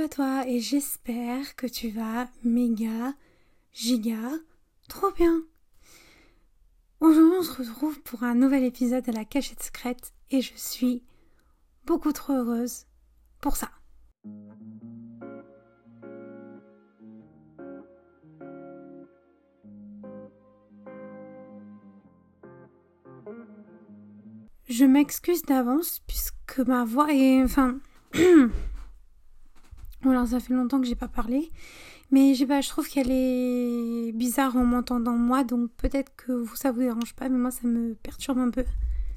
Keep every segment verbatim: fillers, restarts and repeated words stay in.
à toi et j'espère que tu vas méga, giga, trop bien. Aujourd'hui on se retrouve pour un nouvel épisode de la cachette secrète et je suis beaucoup trop heureuse pour ça. Je m'excuse d'avance puisque ma voix est... Enfin... voilà, ça fait longtemps que j'ai pas parlé. Mais j'ai pas, je trouve qu'elle est bizarre en m'entendant moi. Donc peut-être que vous, ça vous dérange pas. Mais moi, ça me perturbe un peu.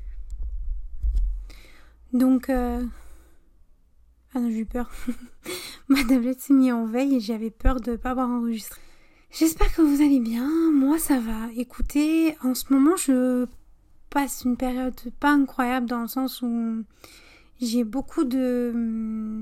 Donc... Euh... Ah non, j'ai eu peur. Ma tablette s'est mise en veille et j'avais peur de pas avoir enregistré. J'espère que vous allez bien. Moi, ça va. Écoutez, en ce moment, je... passe une période pas incroyable dans le sens où j'ai beaucoup de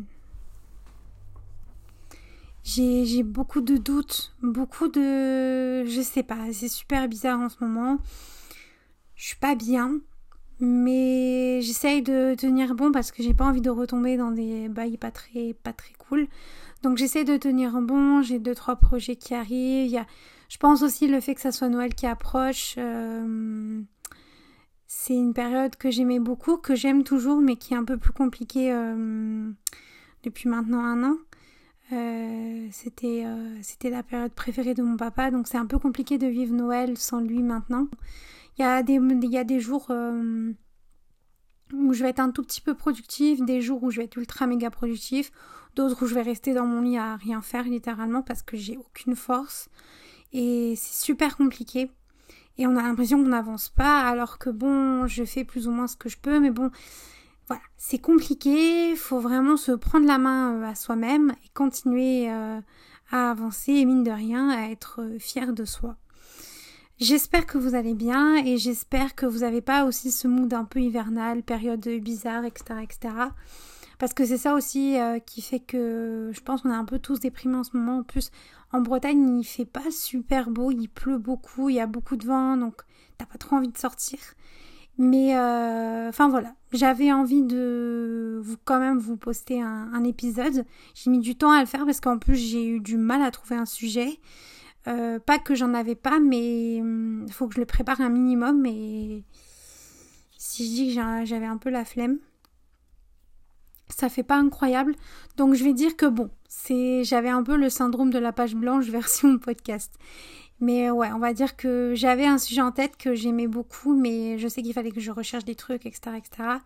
j'ai, j'ai beaucoup de doutes, beaucoup de je sais pas, c'est super bizarre en ce moment. Je suis pas bien, mais j'essaye de tenir bon parce que j'ai pas envie de retomber dans des bails pas très pas très cool. Donc j'essaie de tenir bon, j'ai deux trois projets qui arrivent, il y a je pense aussi le fait que ça soit Noël qui approche. euh... C'est une période que j'aimais beaucoup, que j'aime toujours, mais qui est un peu plus compliquée euh, depuis maintenant un an. Euh, c'était, euh, c'était la période préférée de mon papa, donc c'est un peu compliqué de vivre Noël sans lui maintenant. Il y a des, il y a des jours euh, où je vais être un tout petit peu productive, des jours où je vais être ultra méga productive, d'autres où je vais rester dans mon lit à rien faire littéralement parce que j'ai aucune force. Et c'est super compliqué. Et on a l'impression qu'on n'avance pas, alors que bon, je fais plus ou moins ce que je peux, mais bon, voilà, c'est compliqué, il faut vraiment se prendre la main à soi-même et continuer euh, à avancer, et mine de rien, à être fier de soi. J'espère que vous allez bien, et j'espère que vous n'avez pas aussi ce mood un peu hivernal, période bizarre, et cetera, et cetera. Parce que c'est ça aussi euh, qui fait que je pense qu'on est un peu tous déprimés en ce moment. En plus, en Bretagne, il fait pas super beau, il pleut beaucoup, il y a beaucoup de vent, donc t'as pas trop envie de sortir. Mais euh, enfin voilà, j'avais envie de vous quand même vous poster un, un épisode. J'ai mis du temps à le faire parce qu'en plus j'ai eu du mal à trouver un sujet. Euh, pas que j'en avais pas, mais il hum, faut que je le prépare un minimum. Et si je dis que j'avais un peu la flemme, ça fait pas incroyable. Donc je vais dire que bon, c'est j'avais un peu le syndrome de la page blanche version podcast. Mais ouais, on va dire que j'avais un sujet en tête que j'aimais beaucoup, mais je sais qu'il fallait que je recherche des trucs, et cetera, et cetera.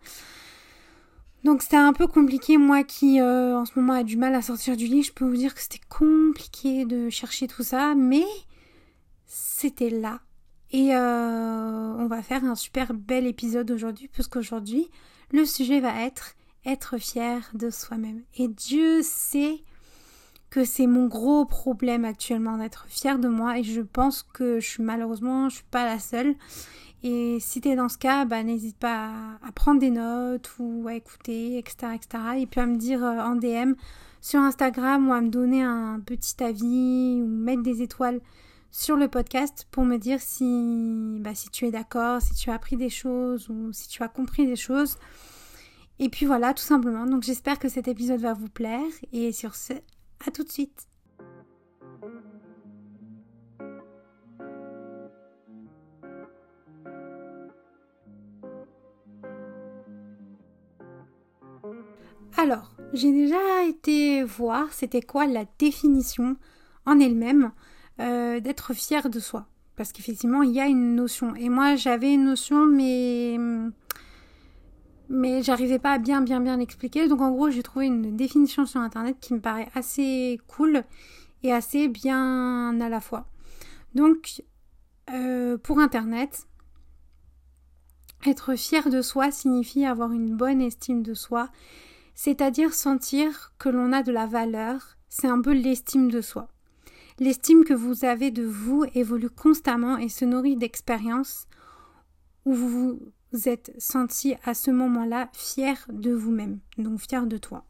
Donc c'était un peu compliqué, moi qui euh, en ce moment a du mal à sortir du lit, je peux vous dire que c'était compliqué de chercher tout ça, mais c'était là. Et euh, on va faire un super bel épisode aujourd'hui, puisqu'aujourd'hui, le sujet va être être fier de soi-même. Et Dieu sait que c'est mon gros problème actuellement, d'être fière de moi. Et je pense que je suis malheureusement, je suis pas la seule. Et si t'es dans ce cas, bah n'hésite pas à, à prendre des notes ou à écouter, et cetera, et cetera. Et puis à me dire euh, en D M sur Instagram ou à me donner un petit avis ou mettre des étoiles sur le podcast pour me dire si, bah, si tu es d'accord, si tu as appris des choses ou si tu as compris des choses. Et puis voilà, tout simplement. Donc j'espère que cet épisode va vous plaire. Et sur ce, à tout de suite. Alors, j'ai déjà été voir c'était quoi la définition en elle-même euh, d'être fier de soi. Parce qu'effectivement, il y a une notion. Et moi, j'avais une notion, mais... mais j'arrivais pas à bien bien bien l'expliquer. Donc en gros, j'ai trouvé une définition sur internet qui me paraît assez cool et assez bien à la fois. Donc euh, pour internet, être fier de soi signifie avoir une bonne estime de soi, c'est-à-dire sentir que l'on a de la valeur. C'est un peu l'estime de soi. L'estime que vous avez de vous évolue constamment et se nourrit d'expériences où vous vous vous êtes senti à ce moment-là fier de vous-même, donc fier de toi.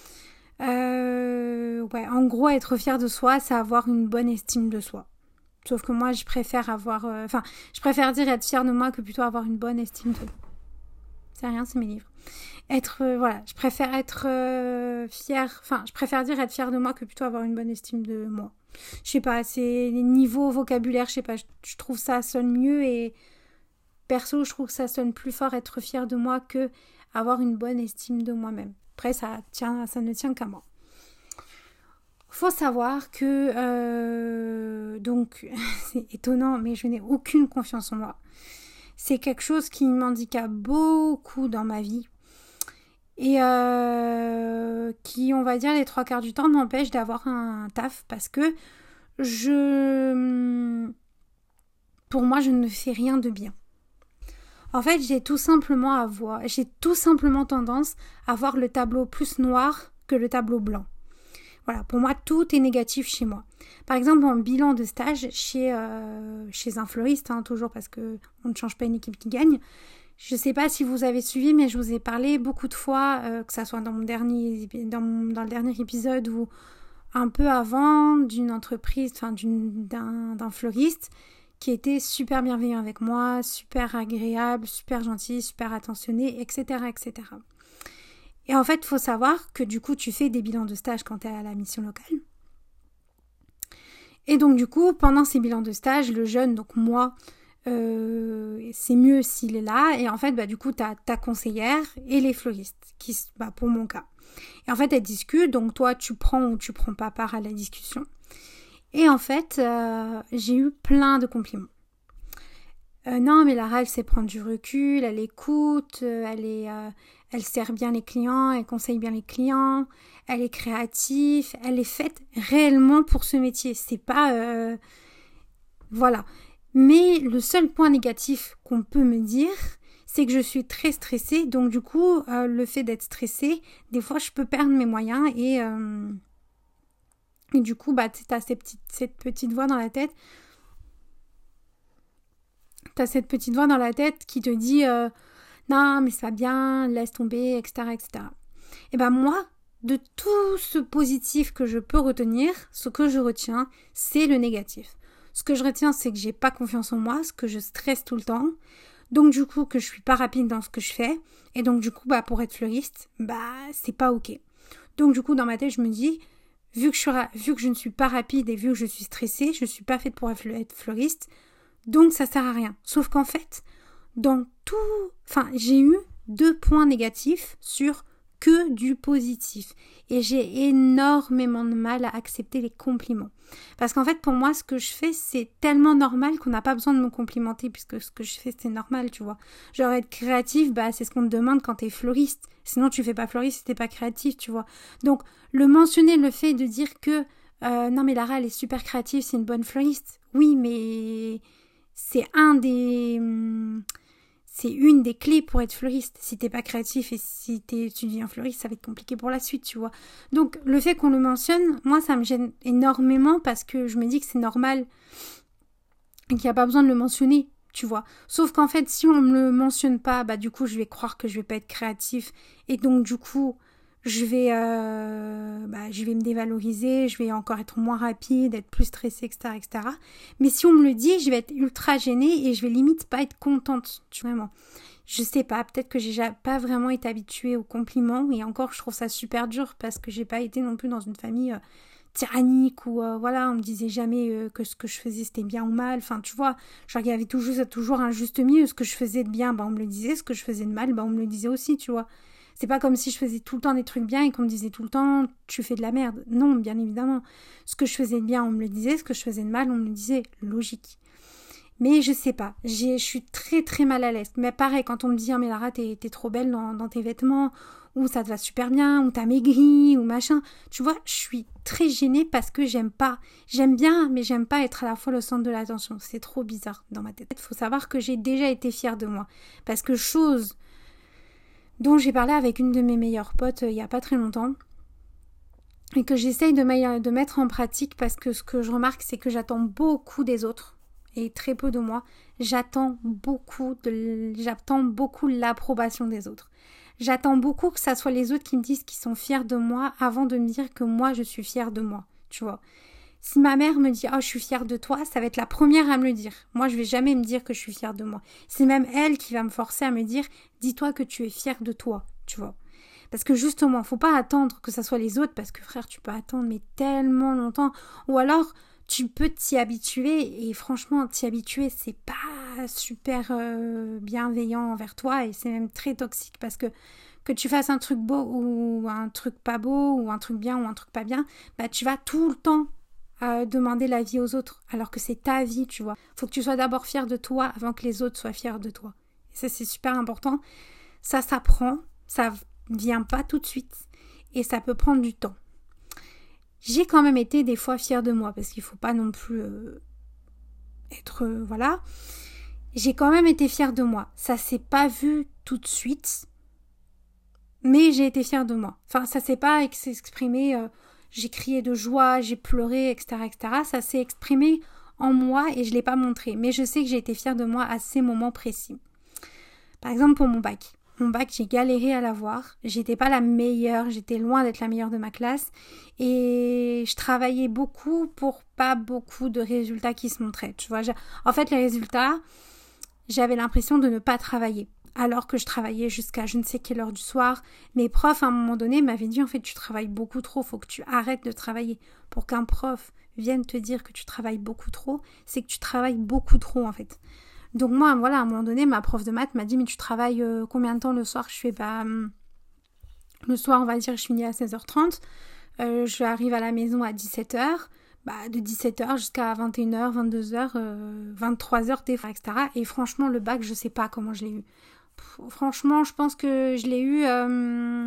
Euh, ouais, en gros, être fier de soi, c'est avoir une bonne estime de soi. Sauf que moi, je préfère avoir... Euh, enfin, je préfère dire être fier de moi que plutôt avoir une bonne estime de... C'est rien, c'est mes livres. Être... Euh, voilà, je préfère être... Euh, euh, fière, enfin, je préfère dire être fière de moi que plutôt avoir une bonne estime de moi. Je sais pas, c'est niveau vocabulaire, je sais pas, je, je trouve ça sonne mieux et perso, je trouve que ça sonne plus fort être fière de moi que avoir une bonne estime de moi-même. Après, ça, tient, ça ne tient qu'à moi. Faut savoir que, euh, donc, c'est étonnant, mais je n'ai aucune confiance en moi. C'est quelque chose qui m'handicape beaucoup dans ma vie et euh, qui, on va dire, les trois quarts du temps m'empêche d'avoir un taf parce que je, pour moi, je ne fais rien de bien. En fait, j'ai tout simplement à voir, j'ai tout simplement tendance à voir le tableau plus noir que le tableau blanc. Voilà, pour moi, tout est négatif chez moi. Par exemple, en bilan de stage chez, euh, chez un fleuriste, hein, toujours parce qu'on ne change pas une équipe qui gagne. Je ne sais pas si vous avez suivi, mais je vous ai parlé beaucoup de fois, euh, que ça soit dans, mon dernier, dans, mon, dans le dernier épisode ou un peu avant, d'une entreprise, enfin d'un, d'un fleuriste qui était super bienveillant avec moi, super agréable, super gentil, super attentionné, et cetera, et cetera. Et en fait, il faut savoir que du coup, tu fais des bilans de stage quand tu es à la mission locale. Et donc, du coup, pendant ces bilans de stage, le jeune, donc moi, euh, c'est mieux s'il est là. Et en fait, bah, du coup, tu as ta conseillère et les fleuristes, qui, bah, pour mon cas. Et en fait, elles discutent. Donc, toi, tu prends ou tu prends pas part à la discussion. Et en fait, euh, j'ai eu plein de compliments. Euh, non, mais Lara, elle sait prendre du recul, elle écoute, euh, elle est... Euh, Elle sert bien les clients, elle conseille bien les clients, elle est créative, elle est faite réellement pour ce métier. C'est pas... Euh... Voilà. Mais le seul point négatif qu'on peut me dire, c'est que je suis très stressée. Donc du coup, euh, le fait d'être stressée, des fois, je peux perdre mes moyens. Et, euh... et du coup, bah, tu as cette petite, cette petite voix dans la tête. Tu as cette petite voix dans la tête qui te dit... Euh... non, mais c'est pas bien, laisse tomber, et cetera, et cetera. Et ben moi, de tout ce positif que je peux retenir, ce que je retiens, c'est le négatif. Ce que je retiens, c'est que j'ai pas confiance en moi, ce que je stresse tout le temps, donc du coup que je suis pas rapide dans ce que je fais, et donc du coup, bah pour être fleuriste, bah c'est pas ok. Donc du coup, dans ma tête, je me dis, vu que je, suis, vu que je ne suis pas rapide et vu que je suis stressée, je suis pas faite pour être fleuriste, donc ça sert à rien. Sauf qu'en fait, dans tout... Enfin, j'ai eu deux points négatifs sur que du positif. Et j'ai énormément de mal à accepter les compliments. Parce qu'en fait, pour moi, ce que je fais, c'est tellement normal qu'on n'a pas besoin de me complimenter, puisque ce que je fais, c'est normal, tu vois. Genre, être créatif, bah, c'est ce qu'on te demande quand t'es fleuriste. Sinon, tu fais pas fleuriste si t'es pas créatif, tu vois. Donc, le mentionner, le fait de dire que euh, non, mais Lara, elle est super créative, c'est une bonne fleuriste. Oui, mais c'est un des... C'est une des clés pour être fleuriste. Si t'es pas créatif et si t'es, tu deviens fleuriste, ça va être compliqué pour la suite, tu vois. Donc, le fait qu'on le mentionne, moi, ça me gêne énormément parce que je me dis que c'est normal et qu'il n'y a pas besoin de le mentionner, tu vois. Sauf qu'en fait, si on ne me le mentionne pas, bah du coup, je vais croire que je vais pas être créatif et donc, du coup, je vais, euh, bah, je vais me dévaloriser, je vais encore être moins rapide, être plus stressée, et cetera, et cetera. Mais si on me le dit, je vais être ultra gênée et je vais limite pas être contente, tu vois, vraiment. Je sais pas, peut-être que j'ai pas vraiment été habituée aux compliments et encore, je trouve ça super dur parce que j'ai pas été non plus dans une famille euh, tyrannique où, euh, voilà, on me disait jamais euh, que ce que je faisais c'était bien ou mal. Enfin, tu vois, genre, il y avait toujours, toujours un juste milieu. Ce que je faisais de bien, bah, on me le disait. Ce que je faisais de mal, bah, on me le disait aussi, tu vois. C'est pas comme si je faisais tout le temps des trucs bien et qu'on me disait tout le temps « tu fais de la merde ». Non, bien évidemment. Ce que je faisais de bien, on me le disait. Ce que je faisais de mal, on me le disait. Logique. Mais je sais pas. J'ai, je suis très très mal à l'aise. Mais pareil, quand on me dit oh, « mais Lara, t'es, t'es trop belle dans, dans tes vêtements » ou « ça te va super bien » ou « t'as maigri » ou machin. Tu vois, je suis très gênée parce que j'aime pas. J'aime bien, mais j'aime pas être à la fois le centre de l'attention. C'est trop bizarre dans ma tête. Il faut savoir que j'ai déjà été fière de moi. Parce que chose... dont j'ai parlé avec une de mes meilleures potes euh, il n'y a pas très longtemps et que j'essaye de, me- de mettre en pratique parce que ce que je remarque, c'est que j'attends beaucoup des autres et très peu de moi. J'attends beaucoup, de, j'attends beaucoup l'approbation des autres. J'attends beaucoup que ça soit les autres qui me disent qu'ils sont fiers de moi avant de me dire que moi, je suis fière de moi, tu vois. Si ma mère me dit « oh, je suis fière de toi », ça va être la première à me le dire. Moi, je vais jamais me dire que je suis fière de moi. C'est même elle qui va me forcer à me dire « dis-toi que tu es fière de toi », tu vois. Parce que justement, faut pas attendre que ça soit les autres, parce que frère, tu peux attendre mais tellement longtemps. Ou alors, tu peux t'y habituer, et franchement, t'y habituer, c'est pas super euh, bienveillant envers toi, et c'est même très toxique, parce que que tu fasses un truc beau ou un truc pas beau, ou un truc bien ou un truc pas bien, bah tu vas tout le temps euh, demander l'avis aux autres, alors que c'est ta vie, tu vois. Faut que tu sois d'abord fier de toi avant que les autres soient fiers de toi. Et ça, c'est super important. Ça s'apprend, ça vient pas tout de suite, et ça peut prendre du temps. J'ai quand même été des fois fière de moi, parce qu'il faut pas non plus euh, être... Euh, voilà. J'ai quand même été fière de moi. Ça s'est pas vu tout de suite, mais j'ai été fière de moi. Enfin, ça s'est pas exprimé... Euh, j'ai crié de joie, j'ai pleuré, et cetera, et cetera. Ça s'est exprimé en moi et je l'ai pas montré. Mais je sais que j'ai été fière de moi à ces moments précis. Par exemple, pour mon bac. Mon bac, j'ai galéré à l'avoir. J'étais pas la meilleure, j'étais loin d'être la meilleure de ma classe. Et je travaillais beaucoup pour pas beaucoup de résultats qui se montraient. Tu vois, en fait, les résultats, j'avais l'impression de ne pas travailler. Alors que je travaillais jusqu'à je ne sais quelle heure du soir. Mes profs, à un moment donné, m'avaient dit, en fait, tu travailles beaucoup trop, faut que tu arrêtes de travailler. Pour qu'un prof vienne te dire que tu travailles beaucoup trop, c'est que tu travailles beaucoup trop, en fait. Donc moi, voilà, à un moment donné, ma prof de maths m'a dit, mais tu travailles euh, combien de temps le soir? Je fais, bah, hum, le soir, on va dire, je finis à seize heures trente. Euh, je arrive à la maison à dix-sept heures. Bah, de dix-sept heures jusqu'à vingt et une heures, vingt-deux heures, euh, vingt-trois heures, des fois, et cetera. Et franchement, le bac, je sais pas comment je l'ai eu. Pff, franchement, je pense que je l'ai eu... Euh,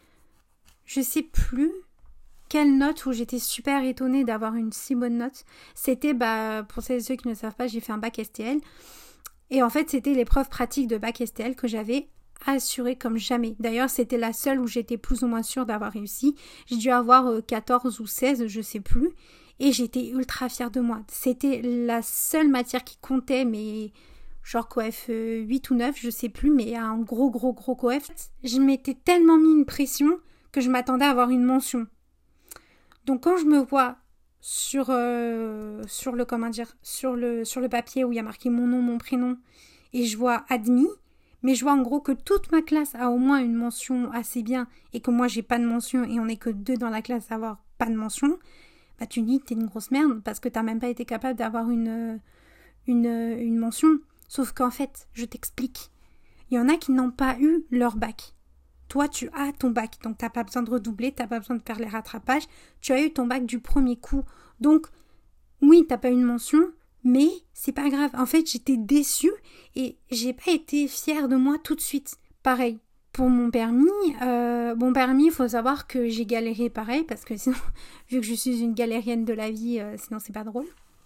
je sais plus quelle note où j'étais super étonnée d'avoir une si bonne note. C'était, bah, pour celles et ceux qui ne savent pas, j'ai fait un bac S T L. Et en fait, c'était l'épreuve pratique de bac S T L que j'avais assurée comme jamais. D'ailleurs, c'était la seule où j'étais plus ou moins sûre d'avoir réussi. J'ai dû avoir euh, quatorze ou seize, je sais plus. Et j'étais ultra fière de moi. C'était la seule matière qui comptait, mais genre coef huit ou neuf, je sais plus, mais un gros, gros, gros coef. Je m'étais tellement mis une pression que je m'attendais à avoir une mention. Donc quand je me vois sur, euh, sur le comment dire sur le, sur le papier où il y a marqué mon nom, mon prénom, et je vois admis, mais je vois en gros que toute ma classe a au moins une mention assez bien, et que moi j'ai pas de mention, et on n'est que deux dans la classe à avoir pas de mention, bah tu dis que t'es une grosse merde, parce que t'as même pas été capable d'avoir une, une, une mention. Sauf qu'en fait, je t'explique, il y en a qui n'ont pas eu leur bac. Toi, tu as ton bac, donc t'as pas besoin de redoubler, t'as pas besoin de faire les rattrapages, tu as eu ton bac du premier coup. Donc, oui, t'as pas eu une mention, mais c'est pas grave. En fait, j'étais déçue et j'ai pas été fière de moi tout de suite. Pareil, pour mon permis, euh, mon permis, il faut savoir que j'ai galéré pareil, parce que sinon, vu que je suis une galérienne de la vie, euh, sinon c'est pas drôle.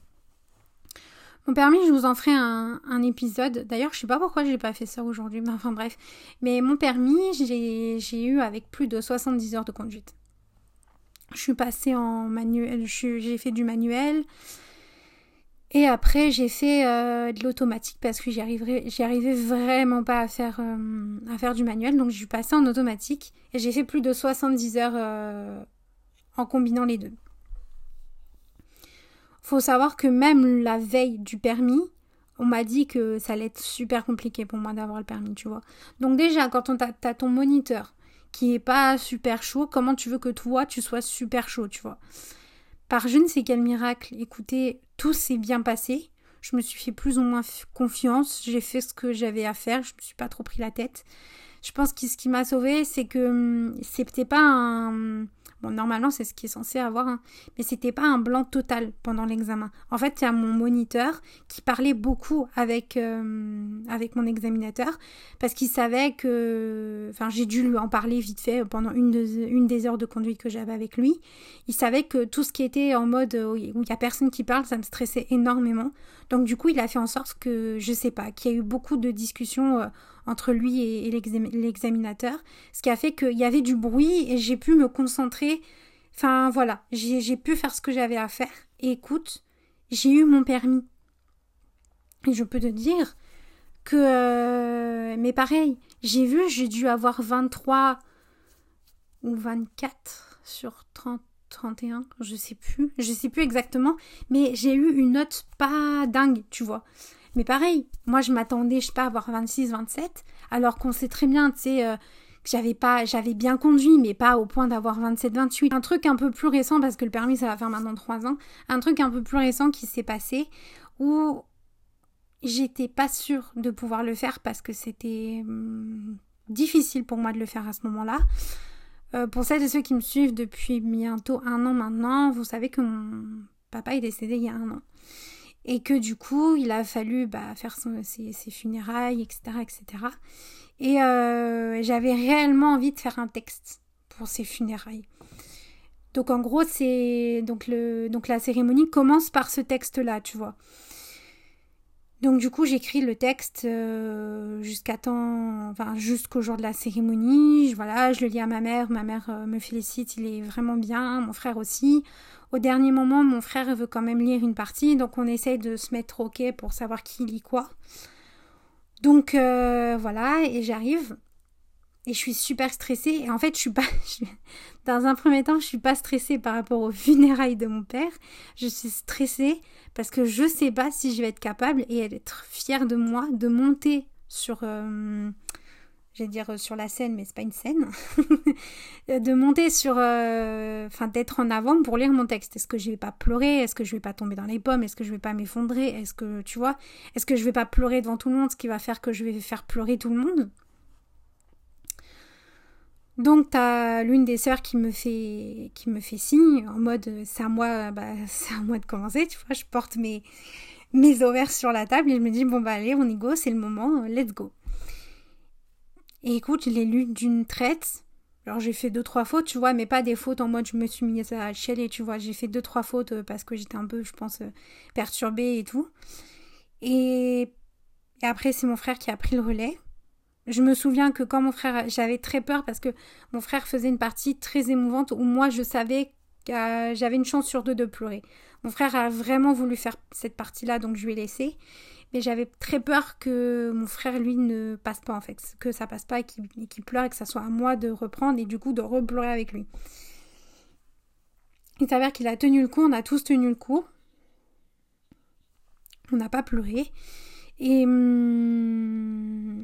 Mon permis, je vous en ferai un, un épisode. D'ailleurs, je sais pas pourquoi j'ai pas fait ça aujourd'hui, mais enfin bref. Mais mon permis, j'ai, j'ai eu avec plus de soixante-dix heures de conduite. Je suis passée en manuel, je, j'ai fait du manuel. Et après, j'ai fait euh, de l'automatique parce que j'y arrivais, j'y arrivais vraiment pas à faire, euh, à faire du manuel. Donc, je suis passée en automatique. Et j'ai fait plus de soixante-dix heures euh, en combinant les deux. Faut savoir que même la veille du permis, on m'a dit que ça allait être super compliqué pour moi d'avoir le permis, tu vois. Donc déjà, quand on t'a, t'as ton moniteur qui est pas super chaud, comment tu veux que toi, tu sois super chaud, tu vois. Par je ne sais quel miracle, écoutez, tout s'est bien passé. Je me suis fait plus ou moins confiance. J'ai fait ce que j'avais à faire. Je me suis pas trop pris la tête. Je pense que ce qui m'a sauvée, c'est que c'était pas un... Bon, normalement, c'est ce qui est censé avoir, hein. Mais c'était pas un blanc total pendant l'examen. En fait, il y a mon moniteur qui parlait beaucoup avec, euh, avec mon examinateur parce qu'il savait que... Enfin, j'ai dû lui en parler vite fait pendant une, de, une des heures de conduite que j'avais avec lui. Il savait que tout ce qui était en mode où il y a personne qui parle, ça me stressait énormément. Donc, du coup, il a fait en sorte que, je sais pas, qu'il y a eu beaucoup de discussions euh, entre lui et, et l'exam- l'examinateur, ce qui a fait qu'il y avait du bruit et j'ai pu me concentrer. Enfin voilà, j'ai, j'ai pu faire ce que j'avais à faire. Et écoute, j'ai eu mon permis. Et je peux te dire que... Euh, mais pareil, j'ai vu, j'ai dû avoir vingt-trois ou vingt-quatre sur trente, trente et un, je sais plus, je sais plus exactement, mais j'ai eu une note pas dingue, tu vois. Mais pareil, moi je m'attendais, je sais pas, à avoir vingt-six, vingt-sept, alors qu'on sait très bien, tu sais, euh, que j'avais pas, j'avais bien conduit, mais pas au point d'avoir vingt-sept vingt-huit. Un truc un peu plus récent, parce que le permis, ça va faire maintenant trois ans, un truc un peu plus récent qui s'est passé, où j'étais pas sûre de pouvoir le faire, parce que c'était hum, difficile pour moi de le faire à ce moment-là. Euh, pour celles et ceux qui me suivent depuis bientôt un an maintenant, vous savez que mon papa est décédé il y a un an. Et que du coup, il a fallu bah, faire son, ses, ses funérailles, et cetera, et cetera. Et euh, j'avais réellement envie de faire un texte pour ces funérailles. Donc en gros, c'est donc le donc la cérémonie commence par ce texte-là, tu vois. Donc du coup, j'écris le texte euh, jusqu'à temps, enfin jusqu'au jour de la cérémonie. Je, voilà, je le lis à ma mère. Ma mère euh, me félicite, il est vraiment bien. Mon frère aussi. Au dernier moment, mon frère veut quand même lire une partie, donc on essaye de se mettre ok pour savoir qui lit quoi. Donc euh, voilà, et j'arrive et je suis super stressée. Et en fait, je suis pas, je, dans un premier temps, je suis pas stressée par rapport aux funérailles de mon père. Je suis stressée parce que je sais pas si je vais être capable et être fière de moi de monter sur, euh, je vais dire sur la scène, mais c'est pas une scène, de monter sur, euh, enfin d'être en avant pour lire mon texte. Est-ce que je vais pas pleurer? Est-ce que je vais pas tomber dans les pommes? Est-ce que je vais pas m'effondrer? Est-ce que, tu vois, est-ce que je vais pas pleurer devant tout le monde, ce qui va faire que je vais faire pleurer tout le monde? Donc t'as l'une des sœurs qui me fait qui me fait signe en mode c'est à moi bah c'est à moi de commencer, tu vois, je porte mes mes ovaires sur la table et je me dis bon bah allez on y go, c'est le moment, let's go. Et écoute, je l'ai lu d'une traite. Alors j'ai fait deux trois fautes, tu vois, mais pas des fautes en mode je me suis mise à chialer, tu vois, j'ai fait deux trois fautes parce que j'étais un peu, je pense, perturbée et tout. Et, et après c'est mon frère qui a pris le relais. Je me souviens que quand mon frère, j'avais très peur parce que mon frère faisait une partie très émouvante où moi je savais que j'avais une chance sur deux de pleurer. Mon frère a vraiment voulu faire cette partie-là, donc je lui ai laissé. Mais j'avais très peur que mon frère, lui, ne passe pas en fait, que ça passe pas et qu'il, et qu'il pleure et que ça soit à moi de reprendre et du coup de repleurer avec lui. Il s'avère qu'il a tenu le coup, on a tous tenu le coup. On n'a pas pleuré. Et... Hum...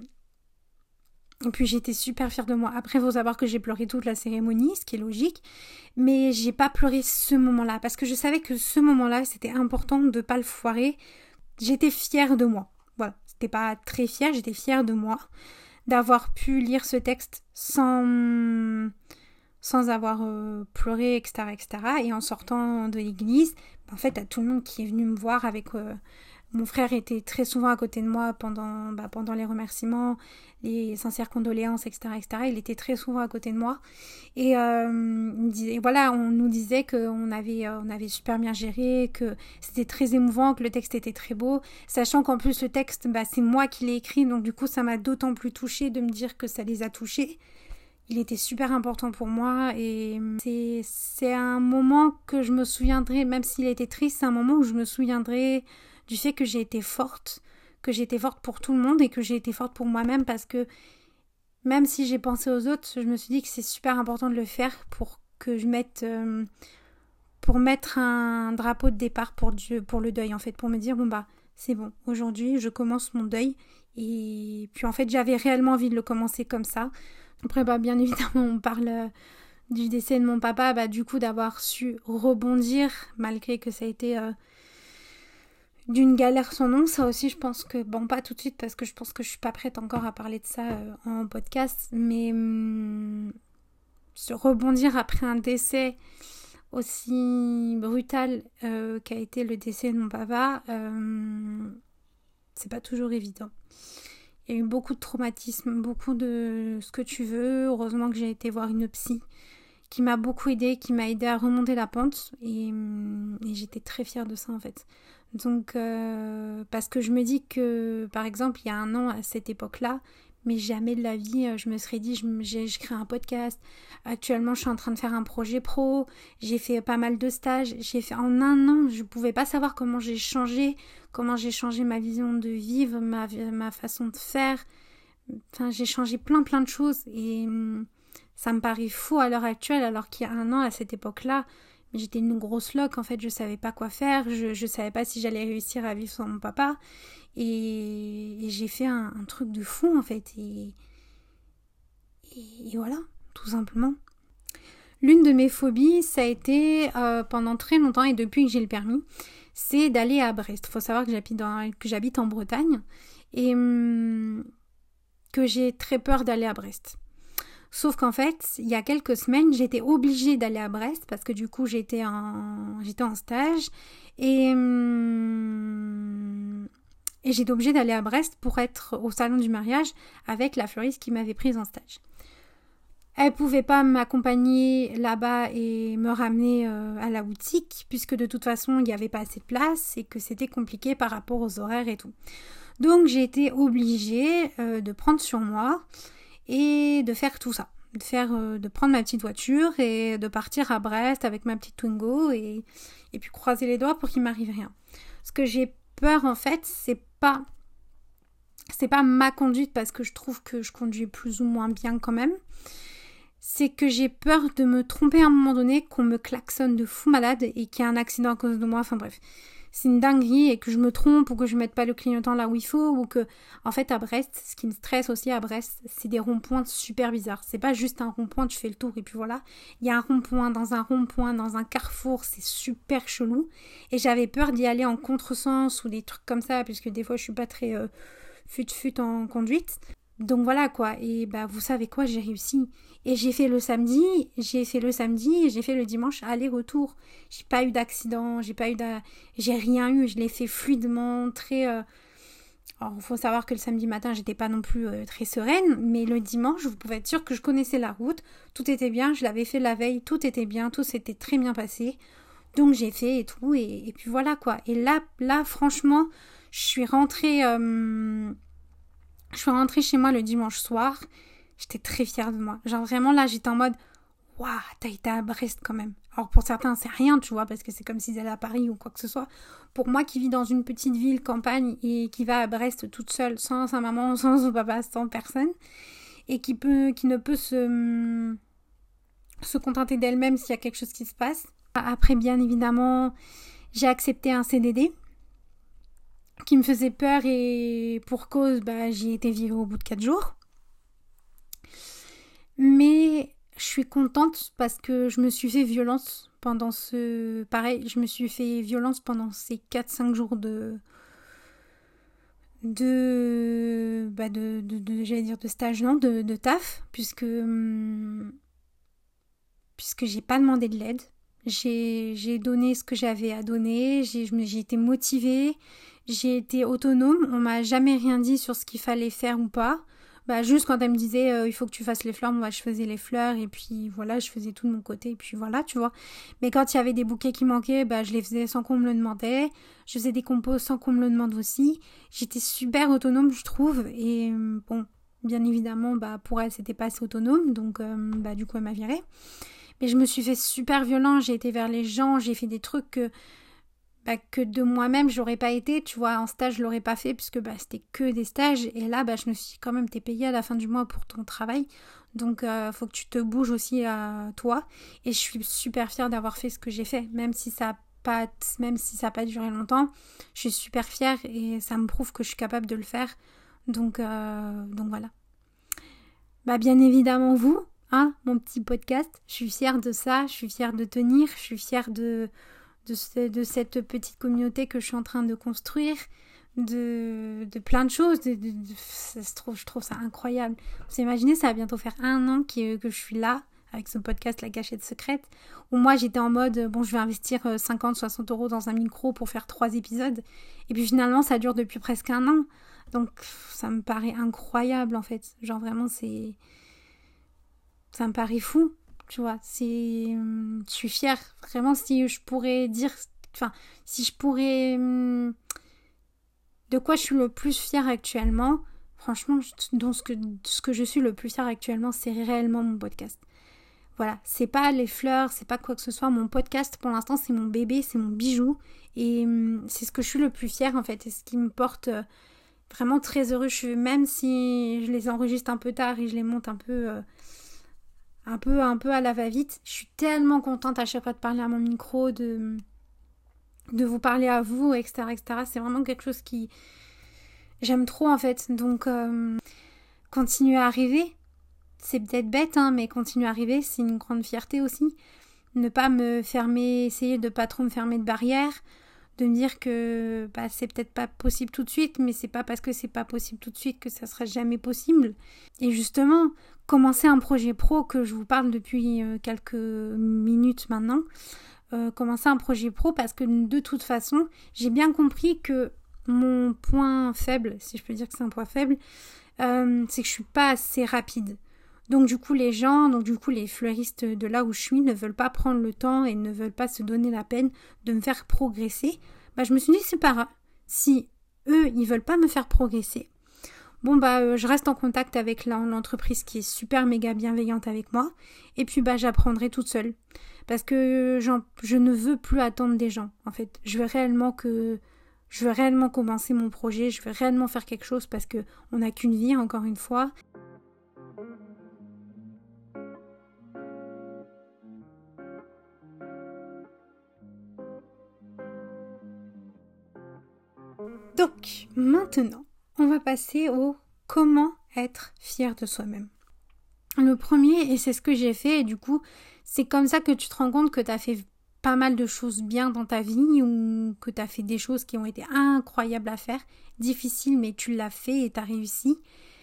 Et puis j'étais super fière de moi. Après, il faut savoir que j'ai pleuré toute la cérémonie, ce qui est logique. Mais j'ai pas pleuré ce moment-là. Parce que je savais que ce moment-là, c'était important de pas le foirer. J'étais fière de moi. Voilà. C'était pas très fière, j'étais fière de moi. D'avoir pu lire ce texte sans, sans avoir euh, pleuré, et cetera, et cetera. Et en sortant de l'église, en fait, t'as tout le monde qui est venu me voir avec... Euh, Mon frère était très souvent à côté de moi pendant, bah, pendant les remerciements, les sincères condoléances, et cetera, et cetera. Il était très souvent à côté de moi. Et euh, il disait, voilà, on nous disait qu'on avait, euh, on avait super bien géré, que c'était très émouvant, que le texte était très beau. Sachant qu'en plus, le texte, bah, c'est moi qui l'ai écrit. Donc du coup, ça m'a d'autant plus touchée de me dire que ça les a touchés. Il était super important pour moi et c'est, c'est un moment que je me souviendrai, même s'il était triste, c'est un moment où je me souviendrai du fait que j'ai été forte, que j'ai été forte pour tout le monde et que j'ai été forte pour moi-même parce que même si j'ai pensé aux autres, je me suis dit que c'est super important de le faire pour que je mette, euh, pour mettre un drapeau de départ pour, Dieu, pour le deuil en fait, pour me dire bon bah c'est bon, aujourd'hui je commence mon deuil et puis en fait j'avais réellement envie de le commencer comme ça. Après bah bien évidemment on parle euh, du décès de mon papa, bah du coup d'avoir su rebondir malgré que ça a été... Euh, d'une galère sans nom, ça aussi je pense que, bon pas tout de suite parce que je pense que je suis pas prête encore à parler de ça euh, en podcast, mais hum, se rebondir après un décès aussi brutal euh, qu'a été le décès de mon papa, euh, c'est pas toujours évident. Il y a eu beaucoup de traumatisme, beaucoup de ce que tu veux, heureusement que j'ai été voir une psy qui m'a beaucoup aidée, qui m'a aidée à remonter la pente et, et j'étais très fière de ça en fait. Donc, euh, parce que je me dis que, par exemple, il y a un an, à cette époque-là, mais jamais de la vie, je me serais dit, je, j'ai, je crée un podcast. Actuellement, je suis en train de faire un projet pro. J'ai fait pas mal de stages. J'ai fait en un an, je pouvais pas savoir comment j'ai changé, comment j'ai changé ma vision de vivre, ma, ma façon de faire. Enfin, j'ai changé plein, plein de choses et ça me paraît fou à l'heure actuelle, alors qu'il y a un an, à cette époque-là, mais j'étais une grosse loque, en fait, je savais pas quoi faire, je, je savais pas si j'allais réussir à vivre sans mon papa, et, et j'ai fait un, un truc de fou, en fait, et, et, et voilà, tout simplement. L'une de mes phobies, ça a été euh, pendant très longtemps et depuis que j'ai le permis, c'est d'aller à Brest. Il faut savoir que j'habite, dans, que j'habite en Bretagne et hum, que j'ai très peur d'aller à Brest. Sauf qu'en fait, il y a quelques semaines, j'étais obligée d'aller à Brest parce que du coup, j'étais en, j'étais en stage et, hum, et j'étais obligée d'aller à Brest pour être au salon du mariage avec la fleuriste qui m'avait prise en stage. Elle pouvait pas m'accompagner là-bas et me ramener euh, à la boutique puisque de toute façon il n'y avait pas assez de place et que c'était compliqué par rapport aux horaires et tout. Donc j'ai été obligée euh, de prendre sur moi et de faire tout ça, de faire, euh, de prendre ma petite voiture et de partir à Brest avec ma petite Twingo et et puis croiser les doigts pour qu'il m'arrive rien. Ce que j'ai peur en fait, c'est pas c'est pas ma conduite parce que je trouve que je conduis plus ou moins bien quand même. C'est que j'ai peur de me tromper à un moment donné, qu'on me klaxonne de fou malade et qu'il y ait un accident à cause de moi, enfin bref. C'est une dinguerie et que je me trompe ou que je mette pas le clignotant là où il faut ou que, en fait, à Brest, ce qui me stresse aussi à Brest, c'est des ronds-points super bizarres. C'est pas juste un rond-point, tu fais le tour et puis voilà. Il y a un rond-point dans un rond-point, dans un carrefour, c'est super chelou. Et j'avais peur d'y aller en contresens ou des trucs comme ça, puisque des fois je suis pas très euh, fut-fut en conduite. Donc voilà quoi, et bah vous savez quoi, j'ai réussi. Et j'ai fait le samedi, j'ai fait le samedi et j'ai fait le dimanche aller-retour. J'ai pas eu d'accident, j'ai pas eu d'a... j'ai rien eu, je l'ai fait fluidement, très... Euh... Alors il faut savoir que le samedi matin j'étais pas non plus euh, très sereine, mais le dimanche vous pouvez être sûr que je connaissais la route, tout était bien, je l'avais fait la veille, tout était bien, tout s'était très bien passé. Donc j'ai fait et tout, et, et puis voilà quoi. Et là, là franchement, je suis rentrée... Euh... Je suis rentrée chez moi le dimanche soir. J'étais très fière de moi. Genre vraiment là, j'étais en mode waouh, t'as été à Brest quand même. Alors pour certains, c'est rien, tu vois, parce que c'est comme s'ils allaient à Paris ou quoi que ce soit. Pour moi qui vis dans une petite ville campagne et qui va à Brest toute seule, sans sa maman, sans son papa, sans personne, et qui peut, qui ne peut se, se contenter d'elle-même s'il y a quelque chose qui se passe. Après, bien évidemment, j'ai accepté un C D D qui me faisait peur et pour cause, bah, j'y étais virée au bout de quatre jours. Mais je suis contente parce que je me suis fait violence pendant ce... Pareil, je me suis fait violence pendant ces quatre cinq jours de... De... Bah de, de, de... J'allais dire de stage, non, de, de taf, puisque... Hum, puisque j'ai pas demandé de l'aide. J'ai, j'ai donné ce que j'avais à donner, j'ai, j'ai été motivée, j'ai été autonome, on m'a jamais rien dit sur ce qu'il fallait faire ou pas. Bah juste quand elle me disait euh, il faut que tu fasses les fleurs, moi je faisais les fleurs et puis voilà, je faisais tout de mon côté et puis voilà, tu vois. Mais quand il y avait des bouquets qui manquaient, bah je les faisais sans qu'on me le demandait. Je faisais des compos sans qu'on me le demande aussi. J'étais super autonome, je trouve, et bon, bien évidemment, bah pour elle c'était pas assez autonome, donc euh, bah du coup elle m'a virée. Mais je me suis fait super violent, j'ai été vers les gens, j'ai fait des trucs que, bah, que de moi-même j'aurais pas été, tu vois, en stage je l'aurais pas fait puisque bah, c'était que des stages et là bah, je me suis dit quand même t'es payé à la fin du mois pour ton travail, donc euh, faut que tu te bouges aussi à toi et je suis super fière d'avoir fait ce que j'ai fait, même si ça a pas, même si ça a pas duré longtemps, je suis super fière et ça me prouve que je suis capable de le faire, donc, euh, donc voilà. Bah bien évidemment vous, hein, mon petit podcast, je suis fière de ça, je suis fière de tenir, je suis fière de, de, ce, de cette petite communauté que je suis en train de construire, de, de plein de choses, de, de, de, ça se trouve, je trouve ça incroyable. Vous imaginez, ça va bientôt faire un an que, que je suis là, avec ce podcast La Cachette Secrète, où moi j'étais en mode, bon je vais investir cinquante soixante euros dans un micro pour faire trois épisodes, et puis finalement ça dure depuis presque un an, donc ça me paraît incroyable en fait, genre vraiment c'est... Ça me paraît fou, tu vois, c'est... Je suis fière, vraiment, si je pourrais dire... Enfin, si je pourrais... De quoi je suis le plus fière actuellement, franchement, dans ce que, ce que je suis le plus fière actuellement, c'est réellement mon podcast. Voilà, c'est pas les fleurs, c'est pas quoi que ce soit, mon podcast, pour l'instant, c'est mon bébé, c'est mon bijou, et c'est ce que je suis le plus fière, en fait, et ce qui me porte vraiment très heureux. Je suis, même si je les enregistre un peu tard et je les monte un peu... Euh, un peu, un peu à la va-vite. Je suis tellement contente à chaque fois de parler à mon micro, de, de vous parler à vous, et cetera, et cetera. C'est vraiment quelque chose qui... J'aime trop, en fait. Donc, euh, continuez à rêver. c'est peut-être bête, hein, mais continuer à arriver, c'est une grande fierté aussi. Ne pas me fermer, essayer de pas trop me fermer de barrières, de me dire que bah, c'est peut-être pas possible tout de suite, mais c'est pas parce que c'est pas possible tout de suite que ça sera jamais possible. Et justement, commencer un projet pro que je vous parle depuis euh, quelques minutes maintenant, euh, commencer un projet pro parce que de toute façon, j'ai bien compris que mon point faible, si je peux dire que c'est un point faible, euh, c'est que je suis pas assez rapide. Donc du coup les gens, donc du coup les fleuristes de là où je suis ne veulent pas prendre le temps et ne veulent pas se donner la peine de me faire progresser. Bah je me suis dit c'est pas grave. Si eux ils veulent pas me faire progresser, bon bah euh, je reste en contact avec l'entreprise qui est super méga bienveillante avec moi et puis bah j'apprendrai toute seule. Parce que je ne veux plus attendre des gens en fait. Je veux réellement que je veux réellement commencer mon projet, je veux réellement faire quelque chose parce que on n'a qu'une vie encore une fois. Donc, maintenant, on va passer au comment être fier de soi-même. Le premier, et c'est ce que j'ai fait, et du coup, c'est comme ça que tu te rends compte que tu as fait pas mal de choses bien dans ta vie ou que tu as fait des choses qui ont été incroyables à faire, difficiles, mais tu l'as fait et tu as réussi.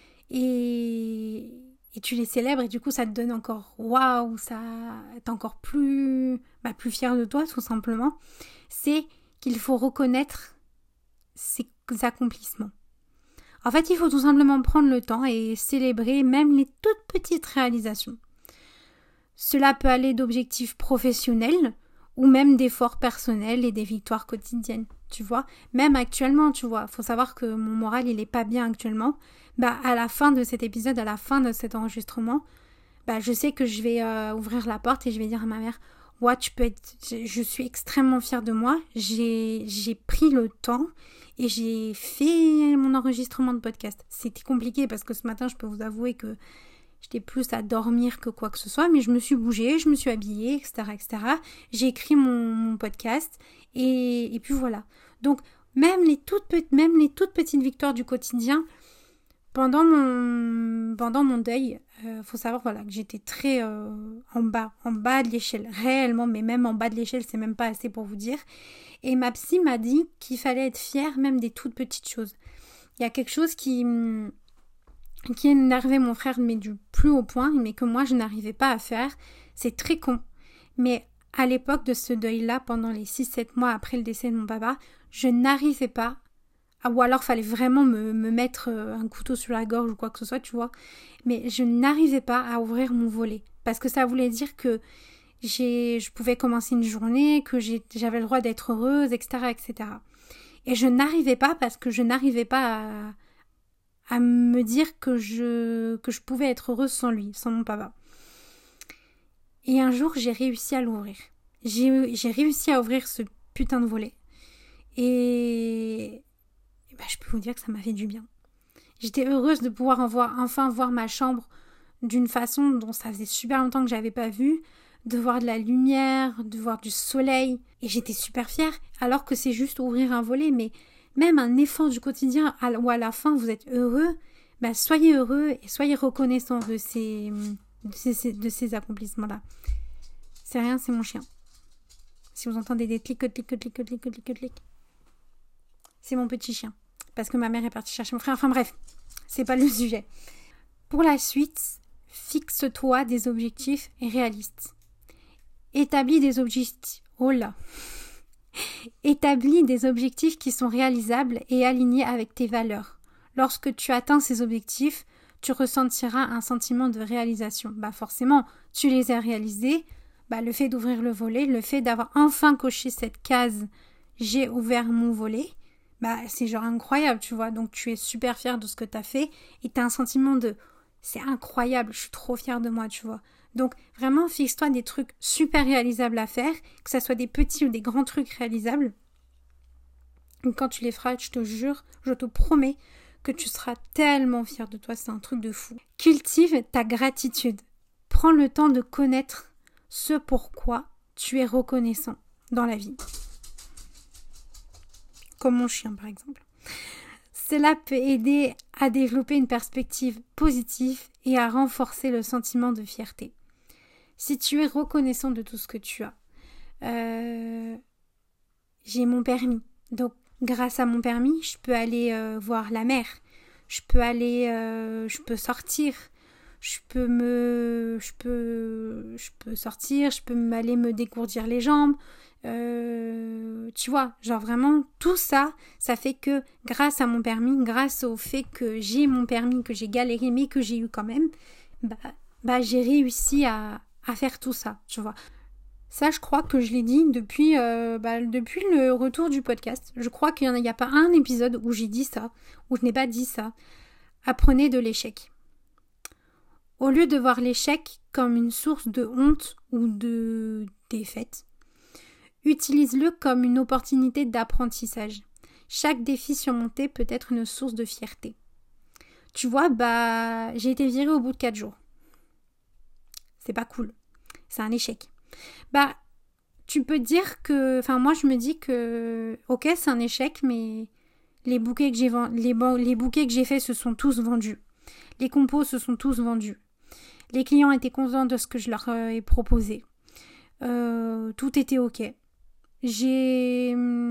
Et, et tu les célèbres et du coup, ça te donne encore waouh, ça t'es encore plus, bah, plus fier de toi, tout simplement. C'est qu'il faut reconnaître ses accomplissements. En fait, il faut tout simplement prendre le temps et célébrer même les toutes petites réalisations. Cela peut aller d'objectifs professionnels ou même d'efforts personnels et des victoires quotidiennes, tu vois. Même actuellement, tu vois, faut savoir que mon moral, il est pas bien actuellement. Bah, à la fin de cet épisode, à la fin de cet enregistrement, bah, je sais que je vais euh, ouvrir la porte et je vais dire à ma mère « Ouais, tu peux être... Je suis extrêmement fière de moi. J'ai, j'ai pris le temps et j'ai fait mon enregistrement de podcast. » C'était compliqué parce que ce matin, je peux vous avouer que j'étais plus à dormir que quoi que ce soit, mais je me suis bougée, je me suis habillée, et cetera, et cetera. J'ai écrit mon, mon podcast et, et puis voilà. Donc, même les, toutes, même les toutes petites victoires du quotidien, pendant mon, pendant mon deuil, il euh, faut savoir voilà, que j'étais très euh, en bas, en bas de l'échelle, réellement, mais même en bas de l'échelle, c'est même pas assez pour vous dire. Et ma psy m'a dit qu'il fallait être fière même des toutes petites choses. Il y a quelque chose qui... qui énervait mon frère, mais du plus haut point, mais que moi je n'arrivais pas à faire. C'est très con. Mais à l'époque de ce deuil-là, pendant les six sept mois après le décès de mon papa, je n'arrivais pas, à, ou alors fallait vraiment me, me mettre un couteau sur la gorge ou quoi que ce soit, tu vois, mais je n'arrivais pas à ouvrir mon volet. Parce que ça voulait dire que j'ai, je pouvais commencer une journée, que j'ai, j'avais le droit d'être heureuse, et cetera, et cetera. Et je n'arrivais pas parce que je n'arrivais pas à... à me dire que je, que je pouvais être heureuse sans lui, sans mon papa. Et un jour, j'ai réussi à l'ouvrir. J'ai, j'ai réussi à ouvrir ce putain de volet. Et, et ben, je peux vous dire que ça m'a fait du bien. J'étais heureuse de pouvoir en voir, enfin voir ma chambre d'une façon dont ça faisait super longtemps que j'avais pas vu, de voir de la lumière, de voir du soleil. Et j'étais super fière, alors que c'est juste ouvrir un volet, mais même un effort du quotidien où à la fin vous êtes heureux, bah soyez heureux et soyez reconnaissants de ces, de ces, de ces accomplissements-là. C'est rien, c'est mon chien. Si vous entendez des clics, clics, clics, clics, clics, clics, clics, c'est mon petit chien. Parce que ma mère est partie chercher mon frère. Enfin bref, c'est pas le sujet. Pour la suite, fixe-toi des objectifs réalistes. Établis des objectifs... Oh là Établis des objectifs qui sont réalisables et alignés avec tes valeurs. Lorsque tu atteins ces objectifs, tu ressentiras un sentiment de réalisation. Bah forcément, tu les as réalisés. Bah le fait d'ouvrir le volet, le fait d'avoir enfin coché cette case « j'ai ouvert mon volet », bah c'est genre incroyable, tu vois. Donc tu es super fière de ce que tu as fait et tu as un sentiment de « c'est incroyable, je suis trop fière de moi », tu vois. Donc vraiment fixe-toi des trucs super réalisables à faire, que ce soit des petits ou des grands trucs réalisables. Et quand tu les feras, je te jure, je te promets que tu seras tellement fière de toi, c'est un truc de fou. Cultive ta gratitude. Prends le temps de connaître ce pourquoi tu es reconnaissant dans la vie. Comme mon chien par exemple. Cela peut aider à développer une perspective positive et à renforcer le sentiment de fierté. Si tu es reconnaissant de tout ce que tu as, euh, j'ai mon permis. Donc, grâce à mon permis, je peux aller euh, voir la mer. Je peux aller, euh, je peux sortir. Je peux me, je peux, je peux sortir. Je peux aller me dégourdir les jambes. Euh, tu vois, genre vraiment tout ça, ça fait que grâce à mon permis, grâce au fait que j'ai mon permis, que j'ai galéré mais que j'ai eu quand même, bah, bah j'ai réussi à, à faire tout ça, tu vois. Ça, je crois que je l'ai dit depuis, euh, bah, depuis le retour du podcast. Je crois qu'il n'y a, a pas un épisode où j'ai dit ça, où je n'ai pas dit ça. Apprenez de l'échec. Au lieu de voir l'échec comme une source de honte ou de défaite, utilise-le comme une opportunité d'apprentissage. Chaque défi surmonté peut être une source de fierté. Tu vois, bah, j'ai été virée au bout de quatre jours. C'est pas cool. C'est un échec. Bah, tu peux dire que... Enfin, moi, je me dis que... Ok, c'est un échec, mais les bouquets que j'ai, les, les bouquets que j'ai faits se sont tous vendus. Les compos se sont tous vendus. Les clients étaient contents de ce que je leur ai proposé. Euh, tout était ok. J'ai...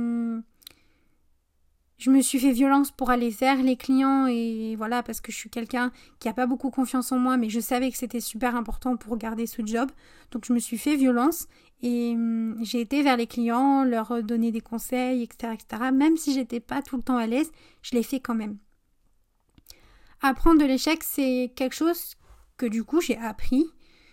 Je me suis fait violence pour aller vers les clients et voilà, parce que je suis quelqu'un qui n'a pas beaucoup confiance en moi, mais je savais que c'était super important pour garder ce job. Donc je me suis fait violence et j'ai été vers les clients, leur donner des conseils, et cetera, et cetera. Même si j'étais pas tout le temps à l'aise, je l'ai fait quand même. Apprendre de l'échec, c'est quelque chose que du coup j'ai appris,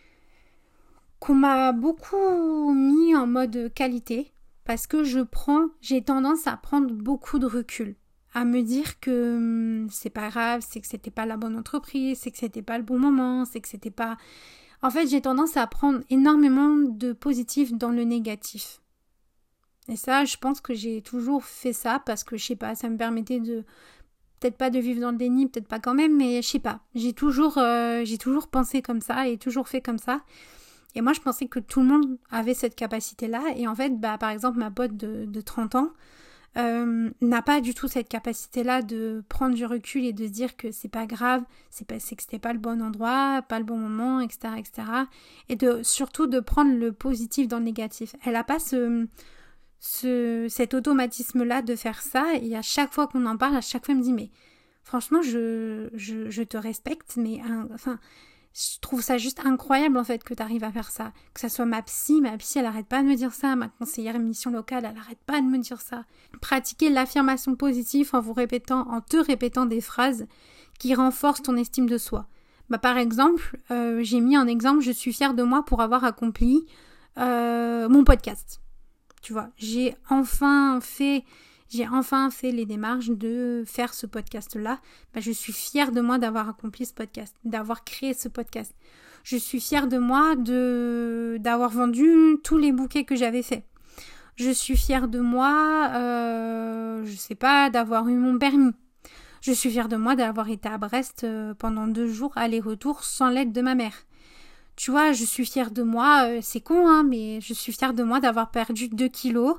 qu'on m'a beaucoup mis en mode qualité. Parce que je prends, j'ai tendance à prendre beaucoup de recul, à me dire que hum, c'est pas grave, c'est que c'était pas la bonne entreprise, c'est que c'était pas le bon moment, c'est que c'était pas... En fait, j'ai tendance à prendre énormément de positif dans le négatif. Et ça, je pense que j'ai toujours fait ça parce que, je sais pas, ça me permettait de... Peut-être pas de vivre dans le déni, peut-être pas quand même, mais je sais pas. J'ai toujours, euh, j'ai toujours pensé comme ça et toujours fait comme ça. Et moi, je pensais que tout le monde avait cette capacité-là. Et en fait, bah, par exemple, ma pote de, de trente ans euh, n'a pas du tout cette capacité-là de prendre du recul et de se dire que c'est pas grave, c'est, pas, c'est que c'était pas le bon endroit, pas le bon moment, et cetera, et cetera. Et de, surtout de prendre le positif dans le négatif. Elle n'a pas ce, ce, cet automatisme-là de faire ça. Et à chaque fois qu'on en parle, à chaque fois, elle me dit, mais franchement, je, je, je te respecte, mais hein, enfin... Je trouve ça juste incroyable en fait que tu arrives à faire ça. Que ça soit ma psy, ma psy elle arrête pas de me dire ça, ma conseillère mission locale elle arrête pas de me dire ça. Pratiquez l'affirmation positive en vous répétant, en te répétant des phrases qui renforcent ton estime de soi. Bah, par exemple, euh, j'ai mis en exemple, je suis fière de moi pour avoir accompli euh, mon podcast. Tu vois, j'ai enfin fait... J'ai enfin fait les démarches de faire ce podcast-là. Ben, je suis fière de moi d'avoir accompli ce podcast, d'avoir créé ce podcast. Je suis fière de moi de d'avoir vendu tous les bouquets que j'avais faits. Je suis fière de moi, euh, je sais pas, d'avoir eu mon permis. Je suis fière de moi d'avoir été à Brest pendant deux jours aller-retour sans l'aide de ma mère. Tu vois, je suis fière de moi, euh, c'est con, hein, mais je suis fière de moi d'avoir perdu deux kilos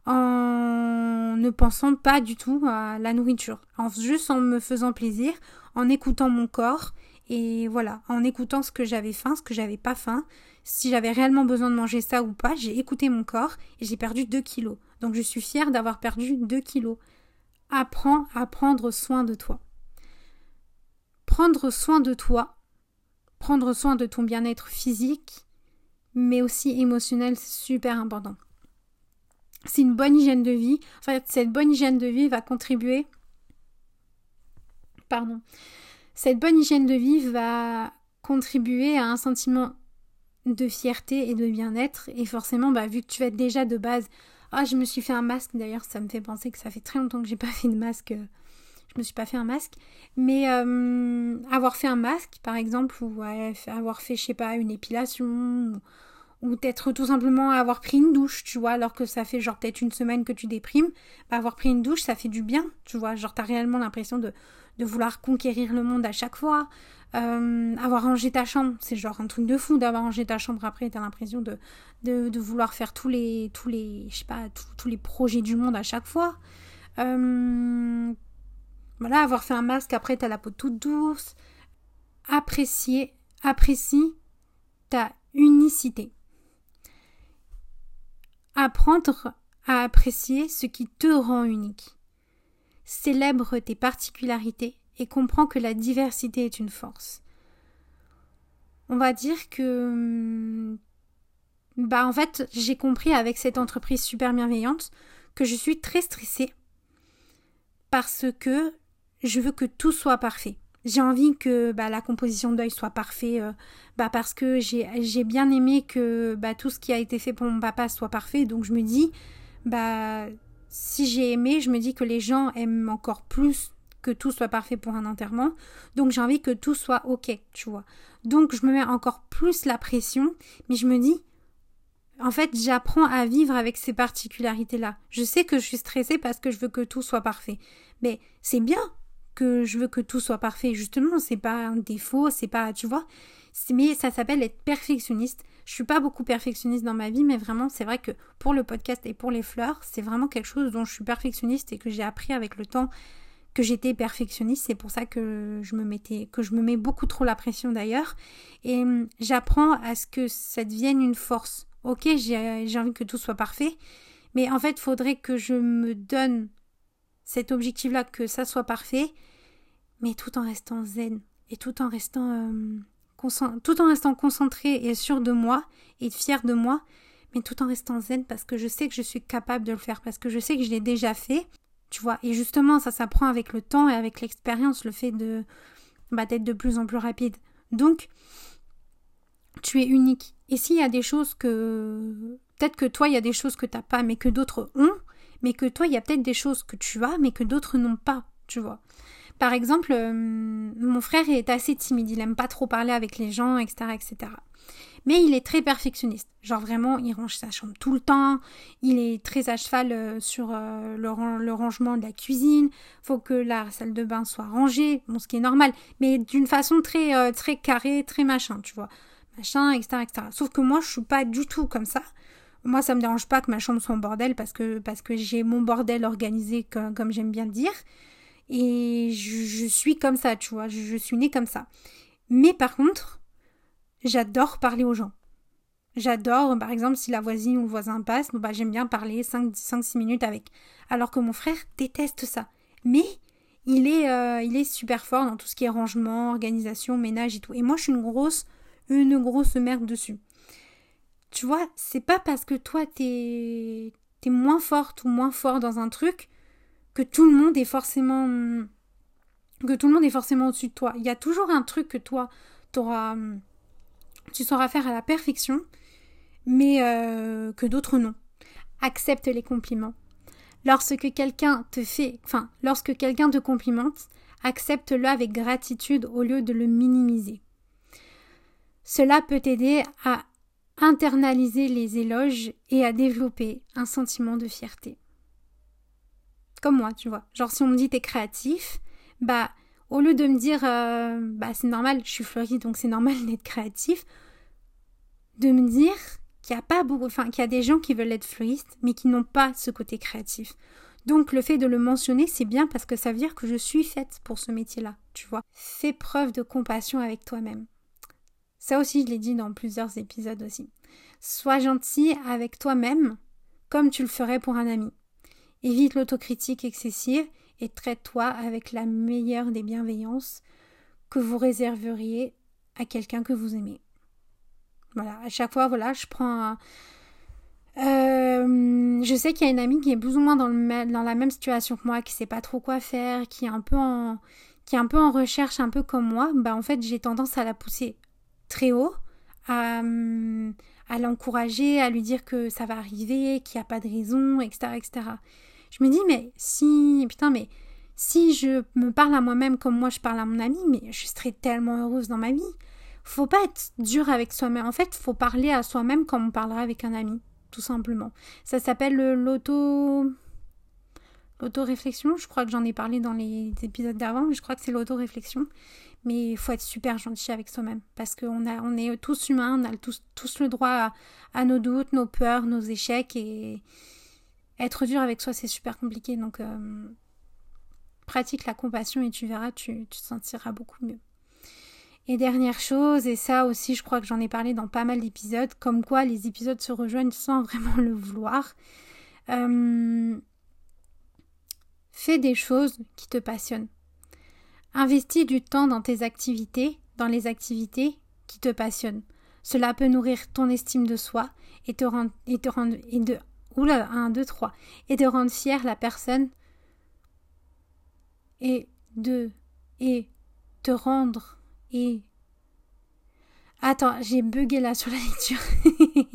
en ne pensant pas du tout à la nourriture, en juste en me faisant plaisir, en écoutant mon corps et voilà, en écoutant ce que j'avais faim, ce que j'avais pas faim, si j'avais réellement besoin de manger ça ou pas, j'ai écouté mon corps et j'ai perdu deux kilos. Donc je suis fière d'avoir perdu deux kilos. Apprends à prendre soin de toi. Prendre soin de toi, prendre soin de ton bien-être physique, mais aussi émotionnel, c'est super important. C'est une bonne hygiène de vie. En fait, cette bonne hygiène de vie va contribuer... Pardon. Cette bonne hygiène de vie va contribuer à un sentiment de fierté et de bien-être. Et forcément, bah, vu que tu es déjà de base... Ah, je me suis fait un masque. D'ailleurs, ça me fait penser que ça fait très longtemps que j'ai pas fait de masque. Je me suis pas fait un masque. Mais euh, avoir fait un masque, par exemple, ou ouais, avoir fait, je sais pas, une épilation... Ou... ou peut-être tout simplement avoir pris une douche, tu vois, alors que ça fait genre peut-être une semaine que tu déprimes, bah avoir pris une douche, ça fait du bien, tu vois, genre t'as réellement l'impression de, de vouloir conquérir le monde à chaque fois, euh, avoir rangé ta chambre, c'est genre un truc de fou d'avoir rangé ta chambre après, t'as l'impression de, de, de vouloir faire tous les, tous les, je sais pas, tous, tous les projets du monde à chaque fois, euh, Voilà, avoir fait un masque, après t'as la peau toute douce. Apprécier, apprécie ta unicité. Apprendre à apprécier ce qui te rend unique. Célèbre tes particularités et comprends que la diversité est une force. On va dire que, bah en fait, j'ai compris avec cette entreprise super bienveillante que je suis très stressée parce que je veux que tout soit parfait. J'ai envie que bah, la composition d'œil soit parfaite, euh, bah, parce que j'ai, j'ai bien aimé que bah, tout ce qui a été fait pour mon papa soit parfait. Donc je me dis, bah, si j'ai aimé, je me dis que les gens aiment encore plus que tout soit parfait pour un enterrement. Donc j'ai envie que tout soit ok, tu vois. Donc je me mets encore plus la pression, mais je me dis, en fait, j'apprends à vivre avec ces particularités-là. Je sais que je suis stressée parce que je veux que tout soit parfait. Mais c'est bien que je veux que tout soit parfait. Justement, c'est pas un défaut, c'est pas, tu vois. C'est, mais ça s'appelle être perfectionniste. Je suis pas beaucoup perfectionniste dans ma vie, mais vraiment, c'est vrai que pour le podcast et pour les fleurs, c'est vraiment quelque chose dont je suis perfectionniste et que j'ai appris avec le temps que j'étais perfectionniste. C'est pour ça que je me mettais, que je me mets beaucoup trop la pression d'ailleurs. Et hum, j'apprends à ce que ça devienne une force. Ok, j'ai, j'ai envie que tout soit parfait, mais en fait, il faudrait que je me donne cet objectif-là, que ça soit parfait, mais tout en restant zen et tout en restant, euh, concent- tout en restant concentré et sûr de moi et fier de moi, mais tout en restant zen parce que je sais que je suis capable de le faire, parce que je sais que je l'ai déjà fait, tu vois. Et justement, ça s'apprend avec le temps et avec l'expérience, le fait de bah, d'être de plus en plus rapide. Donc, tu es unique. Et s'il y a des choses que... Peut-être que toi, il y a des choses que tu n'as pas, mais que d'autres ont, mais que toi, il y a peut-être des choses que tu as, mais que d'autres n'ont pas, tu vois. Par exemple, euh, mon frère est assez timide, il aime pas trop parler avec les gens, et cetera, et cetera. Mais il est très perfectionniste. Genre vraiment, il range sa chambre tout le temps, il est très à cheval euh, sur euh, le, ran- le rangement de la cuisine, faut que la salle de bain soit rangée, bon, ce qui est normal, mais d'une façon très, euh, très carrée, très machin, tu vois. Machin, et cetera, et cetera. Sauf que moi, je suis pas du tout comme ça. Moi, ça me dérange pas que ma chambre soit en bordel parce que, parce que j'ai mon bordel organisé comme, comme j'aime bien le dire. Et je, je suis comme ça, tu vois. Je, je suis née comme ça. Mais par contre, j'adore parler aux gens. J'adore, par exemple, si la voisine ou le voisin passe, bon, bah, j'aime bien parler cinq six minutes avec. Alors que mon frère déteste ça. Mais il est, euh, il est super fort dans tout ce qui est rangement, organisation, ménage et tout. Et moi, je suis une grosse, une grosse merde dessus. Tu vois, c'est pas parce que toi, t'es, t'es moins forte ou moins fort dans un truc que tout le monde est forcément... que tout le monde est forcément au-dessus de toi. Il y a toujours un truc que toi, t'auras, tu sauras faire à la perfection, mais euh, que d'autres non. Accepte les compliments. Lorsque quelqu'un te fait, enfin, lorsque quelqu'un te complimente, accepte-le avec gratitude au lieu de le minimiser. Cela peut t'aider à internaliser les éloges et à développer un sentiment de fierté. Comme moi, tu vois. Genre, si on me dit t'es créatif, bah, au lieu de me dire, euh, bah, c'est normal, je suis fleuriste, donc c'est normal d'être créatif, de me dire qu'il y a pas beaucoup, enfin, qu'il y a des gens qui veulent être fleuristes, mais qui n'ont pas ce côté créatif. Donc, le fait de le mentionner, c'est bien parce que ça veut dire que je suis faite pour ce métier-là, tu vois. Fais preuve de compassion avec toi-même. Ça aussi, je l'ai dit dans plusieurs épisodes aussi. Sois gentil avec toi-même comme tu le ferais pour un ami. Évite l'autocritique excessive et traite-toi avec la meilleure des bienveillances que vous réserveriez à quelqu'un que vous aimez. Voilà, à chaque fois, voilà, je prends... Un... Euh, je sais qu'il y a une amie qui est plus ou moins dans, le, dans la même situation que moi, qui sait pas trop quoi faire, qui est un peu en, qui est un peu en recherche, un peu comme moi. Bah, en fait, j'ai tendance à la pousser très haut, à, à l'encourager, à lui dire que ça va arriver, qu'il n'y a pas de raison, et cetera, et cetera. Je me dis, mais si, putain, mais si je me parle à moi-même comme moi je parle à mon ami, mais je serais tellement heureuse dans ma vie. Faut pas être dur avec soi-même. En fait, faut parler à soi-même comme on parlerait avec un ami, tout simplement. Ça s'appelle l'auto... l'auto-réflexion. Je crois que j'en ai parlé dans les épisodes d'avant, mais je crois que c'est l'auto-réflexion. Mais il faut être super gentil avec soi-même parce qu'on a, on est tous humains, on a tous, tous le droit à, à nos doutes, nos peurs, nos échecs et être dur avec soi, c'est super compliqué. Donc, euh, pratique la compassion et tu verras, tu, tu te sentiras beaucoup mieux. Et dernière chose, et ça aussi je crois que j'en ai parlé dans pas mal d'épisodes, comme quoi les épisodes se rejoignent sans vraiment le vouloir. Euh, fais des choses qui te passionnent. Investis du temps dans tes activités, dans les activités qui te passionnent. Cela peut nourrir ton estime de soi et te rendre, et te rendre, et de, oula, un, deux, trois, et te rendre fière la personne et de, et te rendre, et... Attends, j'ai bugué là sur la lecture.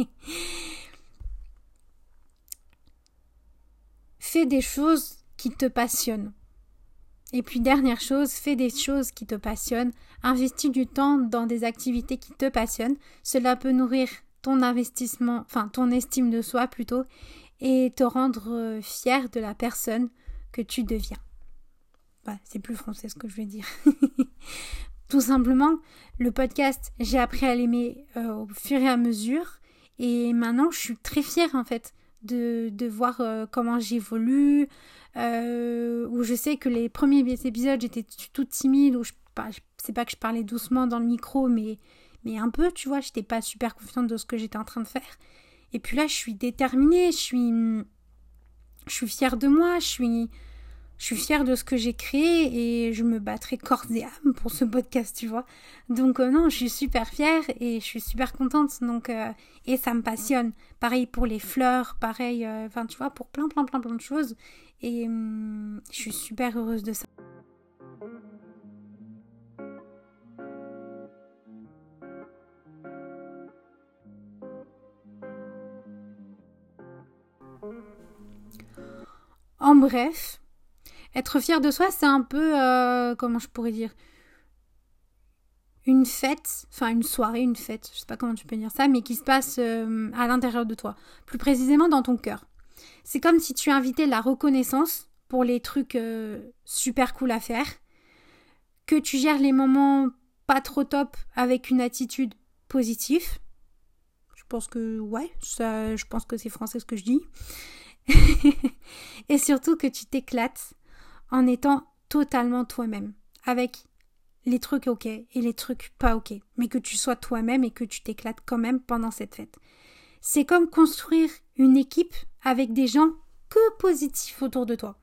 Fais des choses qui te passionnent. Et puis dernière chose, fais des choses qui te passionnent. Investis du temps dans des activités qui te passionnent. Cela peut nourrir ton investissement, enfin ton estime de soi plutôt, et te rendre fier de la personne que tu deviens. Bah, c'est plus français ce que je veux dire. Tout simplement, le podcast, j'ai appris à l'aimer euh, au fur et à mesure. Et maintenant, je suis très fière en fait de, de voir euh, comment j'évolue. Euh, où je sais que les premiers épisodes, j'étais toute timide. Où je, bah, je c'est pas que je parlais doucement dans le micro, mais, mais un peu, tu vois. J'étais pas super confiante de ce que j'étais en train de faire. Et puis là, je suis déterminée. Je suis, je suis fière de moi. Je suis... Je suis fière de ce que j'ai créé et je me battrai corps et âme pour ce podcast, tu vois. Donc euh, non, je suis super fière et je suis super contente. Donc euh, et ça me passionne. Pareil pour les fleurs, pareil, enfin euh, tu vois, pour plein plein plein plein de choses. Et hum, je suis super heureuse de ça. En bref, être fier de soi, c'est un peu, euh, comment je pourrais dire, une fête, enfin une soirée, une fête, je sais pas comment tu peux dire ça, mais qui se passe euh, à l'intérieur de toi, plus précisément dans ton cœur. C'est comme si tu invitais la reconnaissance pour les trucs euh, super cool à faire, que tu gères les moments pas trop top avec une attitude positive. Je pense que, ouais, ça, je pense que c'est français ce que je dis. Et surtout que tu t'éclates en étant totalement toi-même, avec les trucs ok et les trucs pas ok, mais que tu sois toi-même et que tu t'éclates quand même pendant cette fête. C'est comme construire une équipe avec des gens que positifs autour de toi,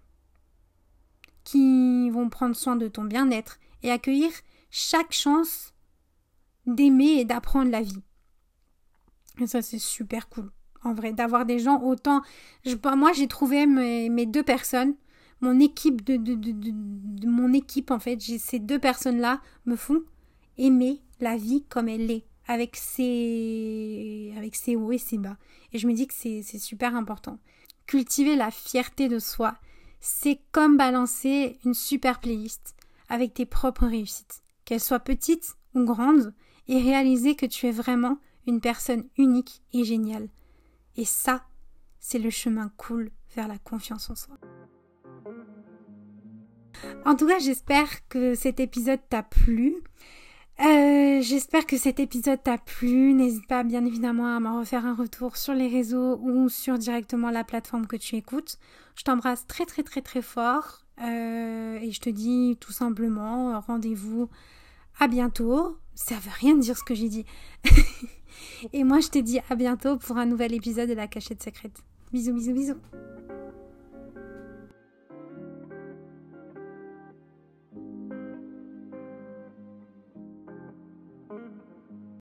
qui vont prendre soin de ton bien-être et accueillir chaque chance d'aimer et d'apprendre la vie. Et ça, c'est super cool, en vrai, d'avoir des gens autant... Je, moi, j'ai trouvé mes, mes deux personnes, mon équipe de, de, de, de, de mon équipe en fait, j'ai, ces deux personnes-là me font aimer la vie comme elle est, avec ses, avec ses hauts et ses bas. Et je me dis que c'est, c'est super important. Cultiver la fierté de soi, c'est comme balancer une super playlist avec tes propres réussites, qu'elles soient petites ou grandes, et réaliser que tu es vraiment une personne unique et géniale. Et ça, c'est le chemin cool vers la confiance en soi. En tout cas, j'espère que cet épisode t'a plu. Euh, j'espère que cet épisode t'a plu. N'hésite pas bien évidemment à m'en refaire un retour sur les réseaux ou sur directement la plateforme que tu écoutes. Je t'embrasse très très très très fort euh, et je te dis tout simplement rendez-vous à bientôt. Ça veut rien dire ce que j'ai dit. Et moi je te dis à bientôt pour un nouvel épisode de La Cachette Secrète. Bisous bisous bisous.